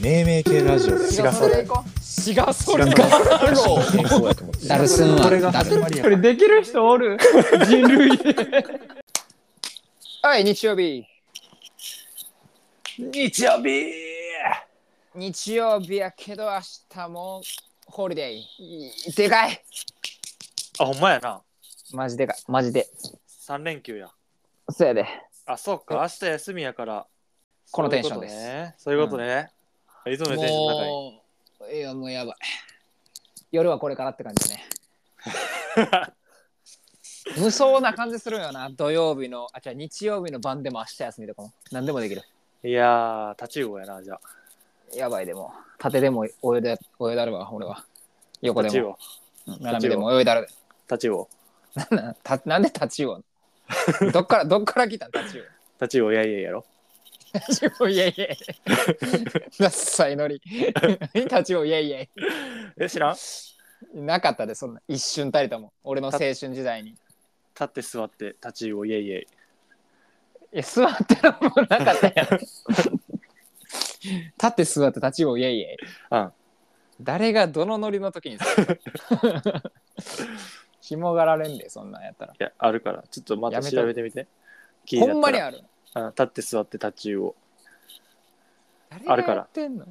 命名系ラジオで違うそれ行こう。違うそれ違う行こ健康やと思ってダルスンはこれが始まりう。 やこれできる人おる人類で。はい日曜日。 日曜日日曜日やけど明日もホリデー。でかい。 あ、ほんまやな。 マジでかい。マジで。 3連休や。 そうやで。 あ、そうか。明日休みやから。 このテンションです。 そういうことね。いつもよりテンション高い。 もういやもうやばい。夜はこれからって感じね。無双な感じするよな。土曜日のじゃあ日曜日の晩でも明日休みとかも何でもできる。 いやー、タチウオやな、じゃあ。 やばいでも縦でも泳いだるわ俺は。横でも斜めでも泳いだる。 タチウオ。 なんでタチウオどっから来たんタチウオ。 タチウオやいやいやろ。 タチウオイエイイエイ。ダッサいノリ。タチウオイエイイエえ、知らん？ イ。なかったでそんな一瞬たりとも俺の青春時代に。 立って座ってタチウオイエイイエイ。 いや座ってるもんなかったやん。立って座ってタチウオイエイイエイ。 うん。 誰がどのノリの時にさ。紐がられんでそんなんやったら。 いや、あるから。ちょっとまた調べてみて。 ほんまにある。 立って座ってタチウオ。 誰がやってんの？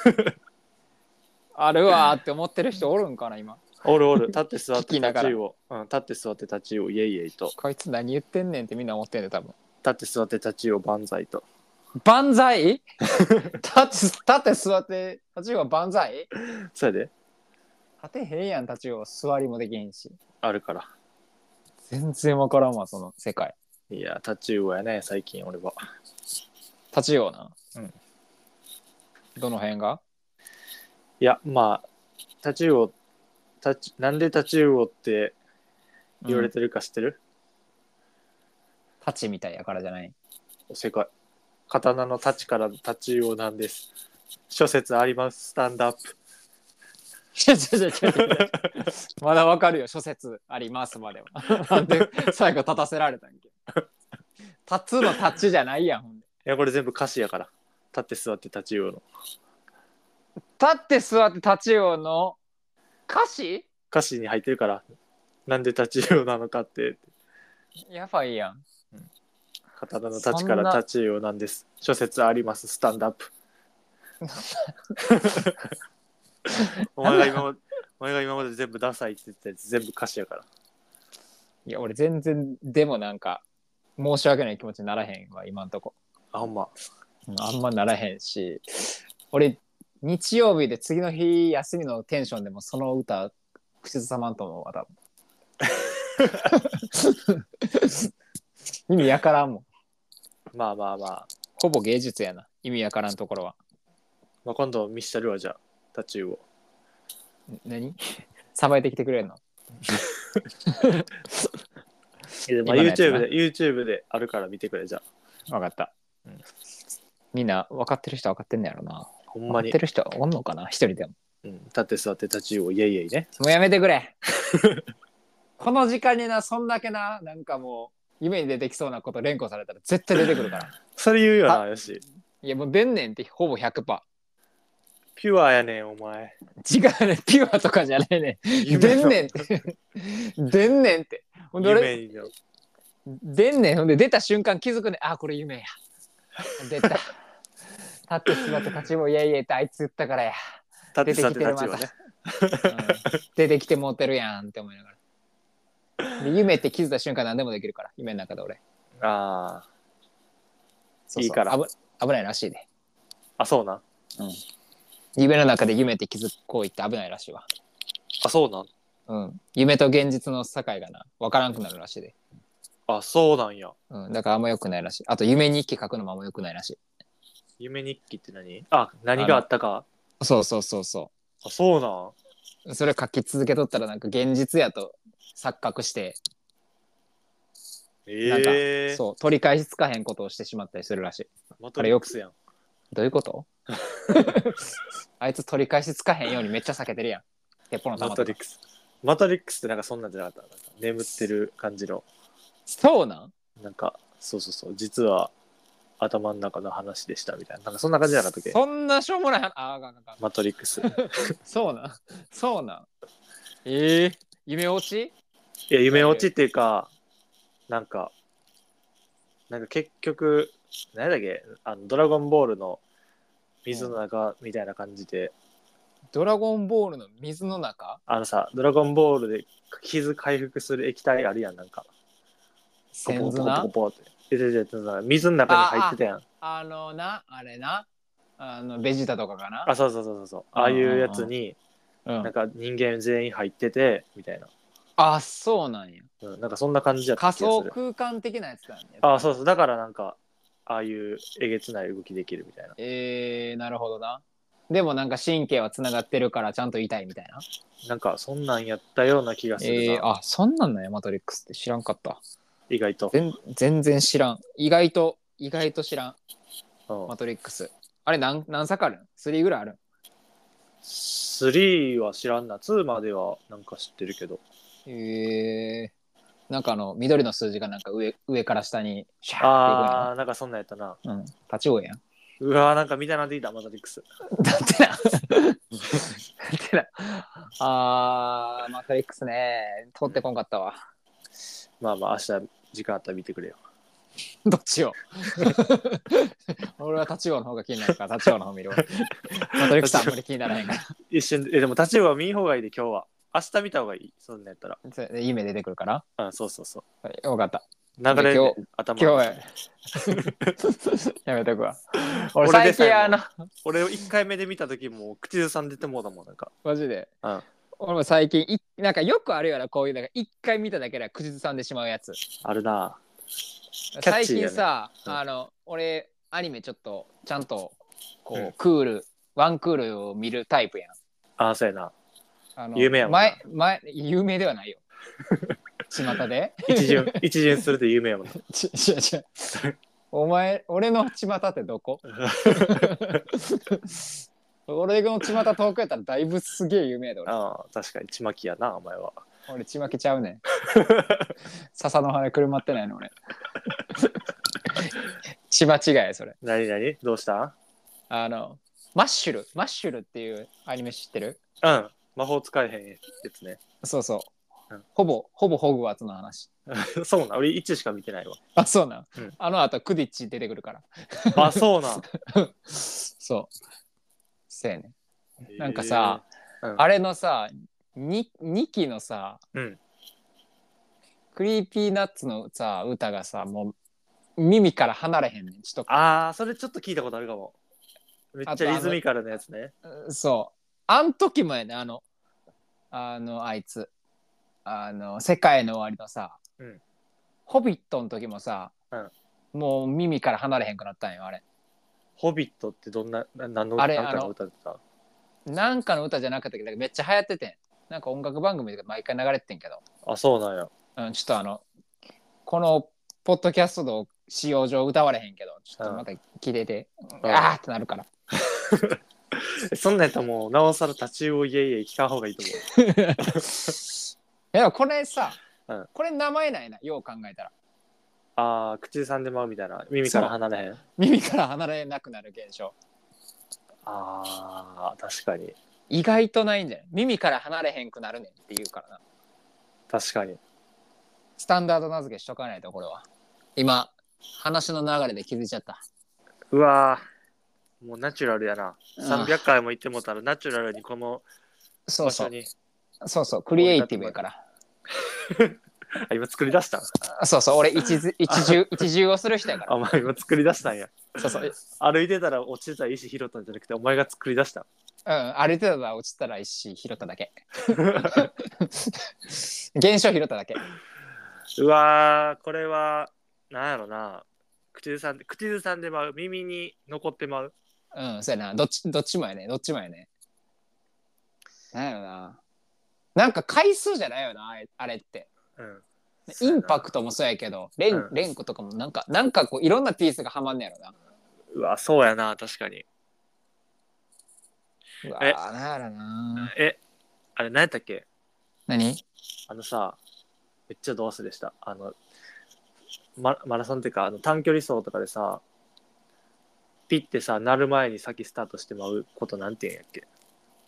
あるわーって思ってる人おるんかな今。 おるおる。立って座って聞きながらタチウオ。立って座ってタチウオイエイイエイと。 こいつ何言ってんねんってみんな思ってんねん多分。 立って座ってタチウオ万歳と。 万歳？立って座ってタチウオ万歳？ それで立てへんやんタチウオ座りもできへんし。 あるから。 全然わからんわその世界。 いや、タチウオやね、最近俺は。 タチウオな。 うん。 どの辺が？ いや、まあ、タチウオ、なんでタチウオって言われてるか知ってる？ タチみたいやからじゃない。 正解。刀の太刀からタチウオなんです。諸説あります。スタンドアップ。 ちょまだわかるよ諸説ありますまでは。なんで最後立たせられたんけ。立つのタッチじゃないやんほんで。 いや、これ全部歌詞やから。立って座ってタチウオの。 立って座ってタチウオの歌詞？ 歌詞に入ってるから、なんでタチウオなのかって。 やばいやん。 刀の太刀からタチウオなんです。諸説あります。スタンドアップ。お前が今まで全部ダサいって言ったやつ全部歌詞やから。 いや俺全然でもなんか申し訳ない気持ちにならへんわ今んとこ。 あ、ほんま。 あんまならへんし俺日曜日で次の日休みのテンションでもその歌口ずさまんと思うわ多分。意味やからんもん。 まあまあまあ。 ほぼ芸術やな意味やからんところは。 まあ、今度見したるわじゃあタチウオ。 何？さばいてきてくれるの？ まあ、YouTube であるから見てくれじゃあ。 分かった、うん、みんな分かってる人は分かってんのやろな。 ほんまに分かってる人はおんのかな一人でも。 うん、立って座ってタチウオイエイイエイね。 もうやめてくれ。この時間になそんだけななんかもう夢に出てきそうなこと連呼されたら絶対出てくるから。 それ言うよなよし。 いやもう出んねんってほぼ 100%。 ピュアやねんお前。 違うねピュアとかじゃないねん。出んねんって。出んねんって。ほんで俺夢の出んねんほんで出た瞬間気づくねん。あこれ夢や。出た。立って座って立ちもイエイイエイってあいつ言ったからや。 立って座ってタチウオね。 出てきてモテるやんって思いながら。で夢って気づいた瞬間何でもできるから夢の中で俺。 ああ。 そうそういいから危ないらしいで。 あ、そうなん。 うん。夢の中で夢って気づく行為って危ないらしいわ。 あ、そうなん。 うん。夢と現実の境がな分からんくなるらしいで。 あ、そうなんや。 うん。だからあんま良くないらしい。あと夢日記書くのもあんま良くないらしい。 夢日記って何？あ、何があったか。 そう。 あ、そうなん。 それ書き続けとったらなんか現実やと錯覚してなんかそう取り返しつかへんことをしてしまったりするらしい。 マトリックスやん。 どういうこと？あいつ取り返しつかへんようにめっちゃ避けてるやん。鉄砲の弾とか。 マトリックスってなんかそんなんじゃなかった？なんか眠ってる感じの。 そうなん？ なんかそう実は頭の中の話でしたみたいな。なんかそんな感じじゃなかったっけ？ そんなしょうもない話、あかん。 マトリックス。 そうなん。そうなん。夢落ち？ いや、夢落ちっていうか、なんか結局、何だっけ、ドラゴンボールの水の中みたいな感じで、 ドラゴンボールの水の中？ ドラゴンボールで傷回復する液体あるやん、なんか。 センズな？ ポコポコポコって。水の中に入ってたやん。 あれな。ベジータとかかな？ そう。ああいうやつに、なんか人間全員入ってて、みたいな。 あ、そうなんや。 なんかそんな感じやった仮気がする。 想空間的なやつだね。 そう。だからなんか、ああいうえげつない動きできるみたいな。 なるほどな。でもなんか神経はつながってるからちゃんと痛いみたいな。 なんかそんなんやったような気がするな。 そんなんなんや、マトリックスって知らんかった。 意外と。 全然知らん。意外と知らん。 うん、 マトリックス。あれ何作あるん？ 3 ぐらいあるん ？3は知らんな。2まではなんか知ってるけど。 なんか緑の数字がなんか上から下にシャーっていくんなんかそんなんやったな。 やん。立ち多いやん。 うわー、なんか見たなっていた、マトリックス。 だってな。マトリックスね。通ってこんかったわ。 まあ明日時間あったら見てくれよ。 どっちを俺は立場の方が気になるから立場の方見るわ。マトリックスあんまり気にならへんから。 一瞬で、でも立場は見ん方がいいで、今日は。明日見た方がいい、そんなんやったら。 夢出てくるから。 そう。 よかった。 流れで頭今日やめとくわ。俺最近俺を1回目で見た時も口ずさんでてもうだもん、なんか。 マジで。 うん。 俺も最近なんかよくあるよな、こういうなんか1回見ただけで口ずさんでしまうやつ。 あるな。 最近さ、俺アニメちょっとちゃんとこう、クールワンクールを見るタイプやん。 そうやな。 有名やもんな。 有名ではないよ。巷で一巡するで有名やもんな。 違う。俺の巷ってどこ？俺の巷遠くやったらだいぶすげえ有名だ俺。 確かにちまきやな、お前は。 俺ちまきちゃうねん。笹の羽くるまってないの俺。千葉違いそれ。 何どうした？ マッシュルっていうアニメ知ってる？ うん。魔法使えへんやつね。 そうそう。 うん、 ほぼホグワーツの話。 そうな。俺1しか見てないわ。 そうなん。 うん、 あとクディッチ出てくるから。 そうなん。 そう。せやね。なんかさ、あれのさ、2期のさ、クリーピーナッツのさ歌がさ、もう耳から離れへんねん。ちょっと。 それちょっと聞いたことあるかも。めっちゃリズミカルなやつね。 そう。あん時もやね、あいつ。世界の終わりのさ、ホビットの時もさ、もう耳から離れへんくなったんよ、あれ。 ホビットって何の歌だった？ なんかの歌じゃなかったけど、めっちゃ流行っててん。なんか音楽番組で毎回流れてんけど。 そうなんや。 ちょっとこのポッドキャストの使用上歌われへんけど、ちょっとまた聞いてて、ってなるから。 そんなんやったらもうなおさら立ちをいえ聞かん方がいいと思う。 いやこれさ、これ名前ないな、よう考えたら。口ずさんでまうみたいな。耳から離れへん。 耳から離れなくなる現象。 確かに。 意外とないんじゃない？耳から離れへんくなるねんって言うからな。 確かに。 スタンダード名付けしとかないと、これは。今話の流れで気づいちゃった。 うわもうナチュラルやな。300回も言ってもたらナチュラルにこの場所に。 そうクリエイティブやから。 今作り出したん？ そう俺一重をする人やから。 お前今作り出したんや。 そう歩いてたら落ちてた石拾ったんじゃなくてお前が作り出した。 歩いてたら落ちたら石拾っただけ。現象拾っただけ。 うわこれはなんやろな。口ずさんでまう。耳に残ってまう。 そうやな。どっちもやね。なんやろな。なんか回数じゃないよな、あれって。インパクトもそうやけど、連呼とかもなんかこういろんなピースがはまんねやろな。 うわそうやな、確かに。 うわなんやろな。 あれ何やったっけ？ 何？ さ、めっちゃど忘れした。マラソンっていうか短距離走とかでさ、 ピッてさ、なる前に先スタートしてまうことなんて言うんやっけ。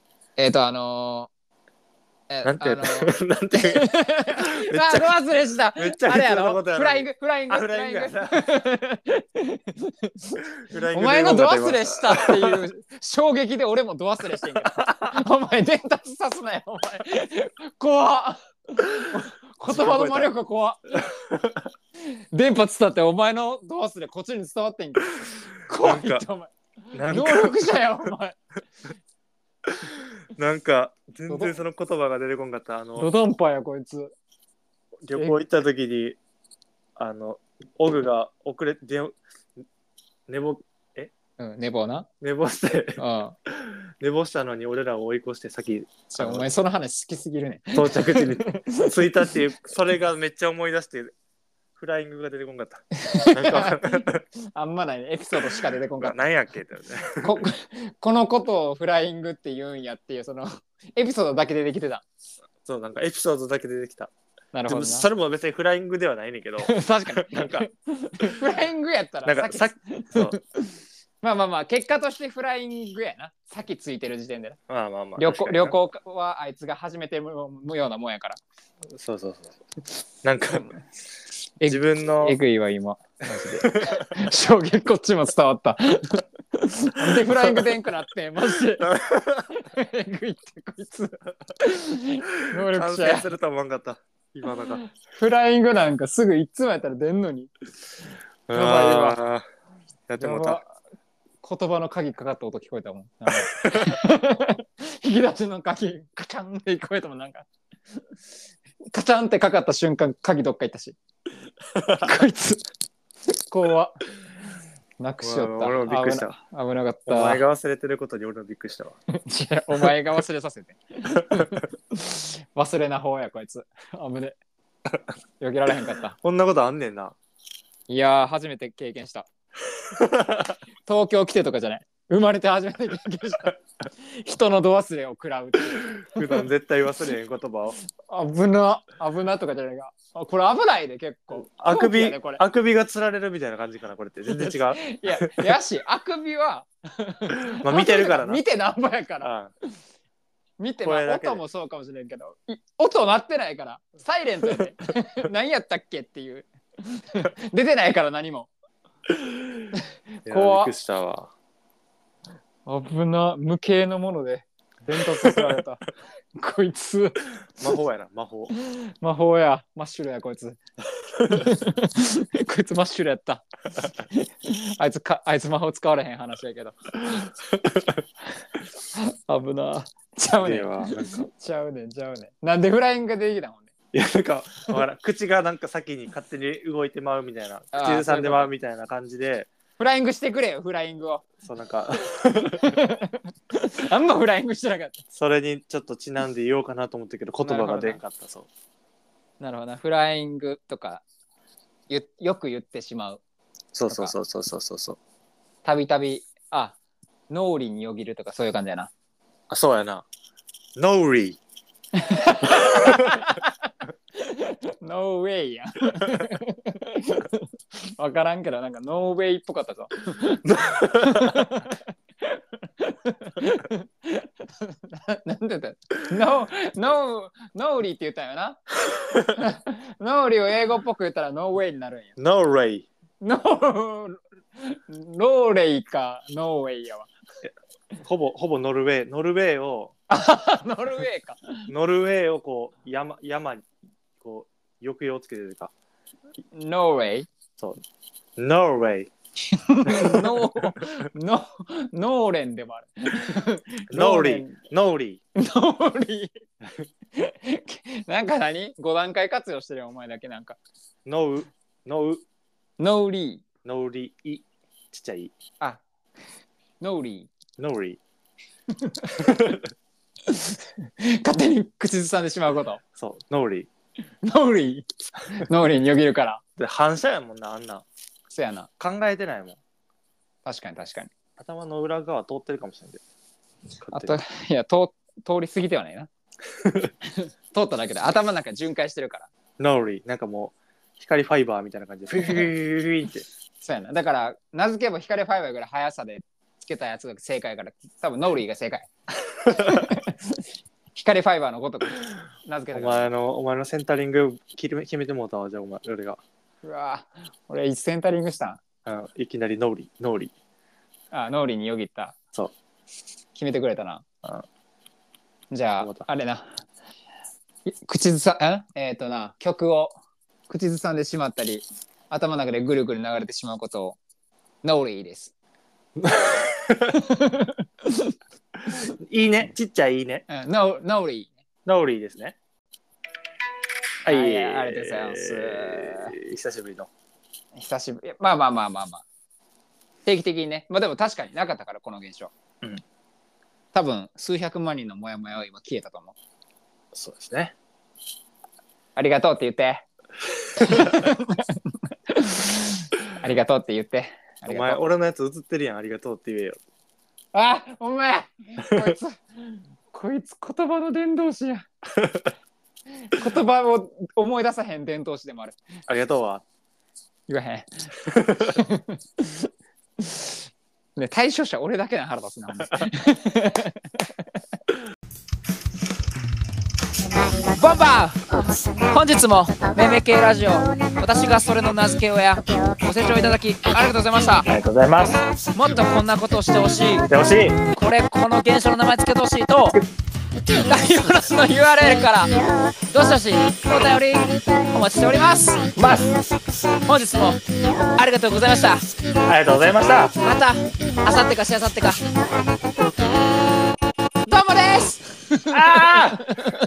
なんて、なんて言うんや。めっちゃど忘れした。 めっちゃあれやろ普通のことやのにフライング。 あフライングやな。フライングでお前のド忘れしたっていう衝撃で俺もド忘れしてんけど。お前伝達さすなよ、お前。怖っ。言葉の魔力怖っ。電波伝ってお前のド忘れこっちに伝わってんけど。怖いってお前。能力者やお前。 なんか全然その言葉が出てこんかった。 ドドンパやこいつ。 旅行行った時にオグが遅れて寝坊寝坊な。 寝坊してうん寝坊したのに俺らを追い越して先お前その話好きすぎるね。 到着地に着いたっていうそれがめっちゃ思い出してフライングが出てこんかったなんかあんまないねエピソードしか出てこんかった。 何やっけってこのことをフライングって言うんやっていうそのエピソードだけ出てきてた。 そうなんかエピソードだけ出てきた。 なるほどな。 それも別にフライングではないねんけど確かになんかフライングやったらなんかそうまあ結果としてフライングやな。先ついてる時点でな。 まあ旅行はあいつが始めてるようなもんやから。 そうなんか自分のえぐいわ今マジで衝撃こっちも伝わった。なんでフライングでんくなってんマジでえぐいってこいつ能力者や。 すると思わんかった今のが。 フライングなんかすぐいつもやったら出んのに。やばいわ。 やってもた。 言葉の鍵かかった音聞こえたもん。引き出しの鍵カチャンって聞こえたもん。なんかカチャンってかかった瞬間鍵どっか行ったしこいつ怖っ。なくしよった。 俺もびっくりした。 危なかった。 お前が忘れてることに俺もびっくりしたわ。 お前が忘れさせて忘れな方やこいつ。危ねよけられへんかった。 こんなことあんねんな。 いやー初めて経験した。東京来てとかじゃない。生まれて初めて経験した人の度忘れを食らうっていう。 普段絶対忘れへん言葉を。 危なとかじゃないか。これ危ないで結構。 あくびがつられるみたいな感じかなこれって全然違う。 いやしあくびはまあ見てるからな。 見てなんぼやから。見て音もそうかもしれんけど音鳴ってないからサイレントやで何やったっけっていう出てないから何も。 怖っ。びっくりしたわ。 危な無形のもので伝達させられたこいつ魔法やな魔法や真っ白やこいつこいつ真っ白やったあいつ魔法使われへん話やけど危なちゃうねんなんでフライングができたもんね。 いやなんか口がなんか先に勝手に動いてまうみたいな口ずさんでまうみたいな感じでフライングしてくれよフライングを。 そうなんかあんまフライングしてなかった。 それにちょっとちなんで言おうかなと思ったけど言葉が出んかった。そうなるほどな。フライングとかよく言ってしまう。 そうたびたび脳裏によぎるとかそういう感じやな。 あそうやなノーリーノーウェイやん分からんけどなんかノーウェイっぽかったぞなんでだノーリーって言ったんよなノーリーを英語っぽく言ったらノーウェイになるんや。 ノーレイローレイかノーウェイやわ。 ほぼノルウェーをノルウェーかノルウェーをこう山にこう抑揚をつけてるかノーウェイそうノーウェイノーレンでもあるノーリーなんか5段階活用してるよお前だけなんかノーリーちっちゃいノーリー勝手に口ずさんでしまうこと。 そうノーリーによぎるからで反射やもんなあんな。 そやな考えてないもん。 確かに頭の裏側通ってるかもしれんけどいや通り過ぎてはないな通っただけで頭の中巡回してるからノーリーなんかもう光ファイバーみたいな感じでフィフィフィフィフィってそうやな。だから名付けば光ファイバーぐらい速さでつけたやつが正解やから、多分ノーリーが正解。光ファイバーのごとく名付けたから。 お前のセンタリング決めてもうたわ。じゃあ俺が。 うわ俺いつセンタリングしたん。いきなりノーリー。 あ、ノーリーによぎった。 そう。 決めてくれたな。じゃああれな。口ずさ曲を口ずさんでしまったり頭の中でぐるぐる流れてしまうことをノーリーです。 いいね、ちっちゃいいいね。 ノーリー。 ノーリーですね。はい、 ありがとうございます。 久しぶりの。 久しぶり。まあ。定期的にね。まあでも確かになかったからこの現象。多分数百万人のモヤモヤは今消えたと思う。 そうですね。 ありがとうって言って。ありがとうって言って。 お前俺のやつ映ってるやん。ありがとうって言えよ。 あ、お前こいつ言葉の伝道師や。言葉を思い出さへん伝道師でもある。 ありがとうは言わへん。ね、対象者俺だけな腹立つな。ボンバー、本日もめめ系ラジオ、私がそれの名付け親、ご清聴いただきありがとうございました。 ありがとうございます。 もっとこんなことをしてほしい、この現象の名前つけてほしいと概要欄の URL からどしどしお便りお待ちしております。本日もありがとうございました。 ありがとうございました。 またあさってかしあさってかどうもです。 あー